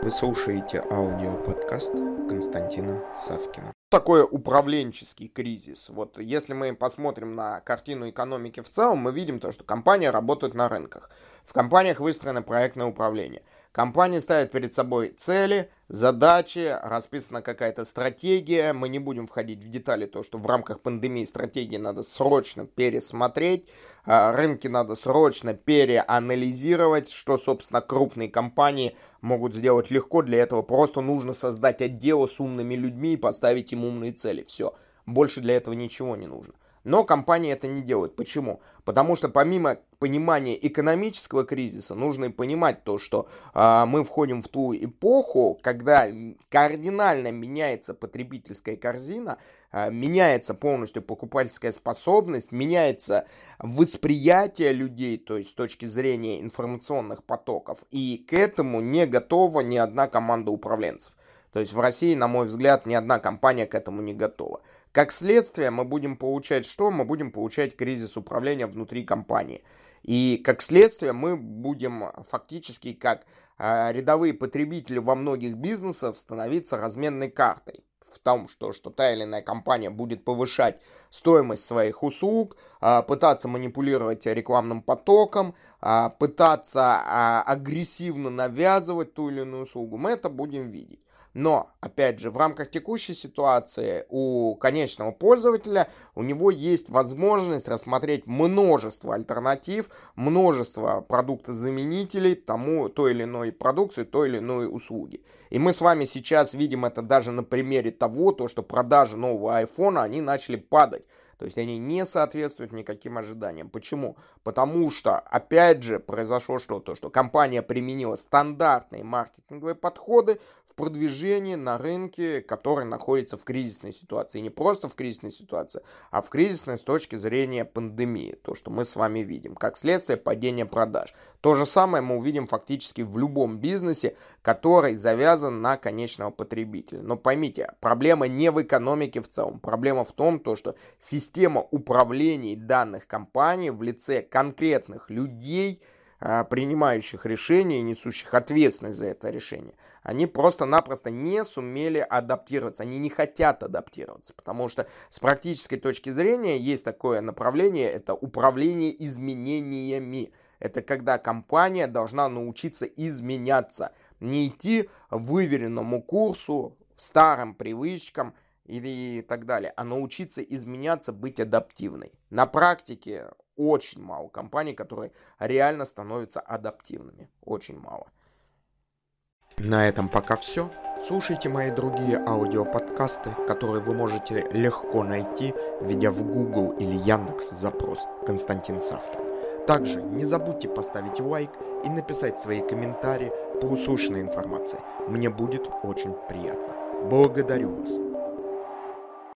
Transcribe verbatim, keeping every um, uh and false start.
Вы слушаете аудиоподкаст Константина Савкина. Такое управленческий кризис. Вот если мы посмотрим на картину экономики в целом, мы видим то, что компания работает на рынках. В компаниях выстроено проектное управление. Компания ставит перед собой цели, задачи, расписана какая-то стратегия. Мы не будем входить в детали, то, что в рамках пандемии стратегии надо срочно пересмотреть, рынки надо срочно переанализировать, что, собственно, крупные компании могут сделать легко. Для этого просто нужно создать отдел с умными людьми и поставить им умные цели. Все. Больше для этого ничего не нужно. Но компании это не делают. Почему? Потому что помимо понимания экономического кризиса, нужно и понимать то, что э, мы входим в ту эпоху, когда кардинально меняется потребительская корзина, э, меняется полностью покупательская способность, меняется восприятие людей, то есть с точки зрения информационных потоков. И к этому не готова ни одна команда управленцев. То есть в России, на мой взгляд, ни одна компания к этому не готова. Как следствие, мы будем получать что? Мы будем получать кризис управления внутри компании. И как следствие, мы будем фактически, как э, рядовые потребители во многих бизнесах, становиться разменной картой. В том, что, что та или иная компания будет повышать стоимость своих услуг, э, пытаться манипулировать рекламным потоком, э, пытаться э, агрессивно навязывать ту или иную услугу. Мы это будем видеть. Но, опять же, в рамках текущей ситуации у конечного пользователя у него есть возможность рассмотреть множество альтернатив, множество продуктозаменителей тому той или иной продукции, той или иной услуги. И мы с вами сейчас видим это даже на примере того, то, что продажи нового айфона, они начали падать. То есть они не соответствуют никаким ожиданиям. Почему? Потому что, опять же, произошло что-то, что компания применила стандартные маркетинговые подходы в продвижении на рынке, который находится в кризисной ситуации. И не просто в кризисной ситуации, а в кризисной с точки зрения пандемии. То, что мы с вами видим. Как следствие, падение продаж. То же самое мы увидим фактически в любом бизнесе, который завязан на конечного потребителя. Но поймите, проблема не в экономике в целом. Проблема в том, то, что система Система управления данных компаний в лице конкретных людей, принимающих решения и несущих ответственность за это решение, они просто-напросто не сумели адаптироваться, они не хотят адаптироваться, потому что с практической точки зрения есть такое направление, это управление изменениями. Это когда компания должна научиться изменяться, не идти выверенному курсу, старым привычкам, и так далее, а научиться изменяться, быть адаптивной. На практике очень мало компаний, которые реально становятся адаптивными. Очень мало. На этом пока все. Слушайте мои другие аудиоподкасты, которые вы можете легко найти, введя в Google или Яндекс запрос «Константин Савкин». Также не забудьте поставить лайк и написать свои комментарии по услышанной информации. Мне будет очень приятно. Благодарю вас.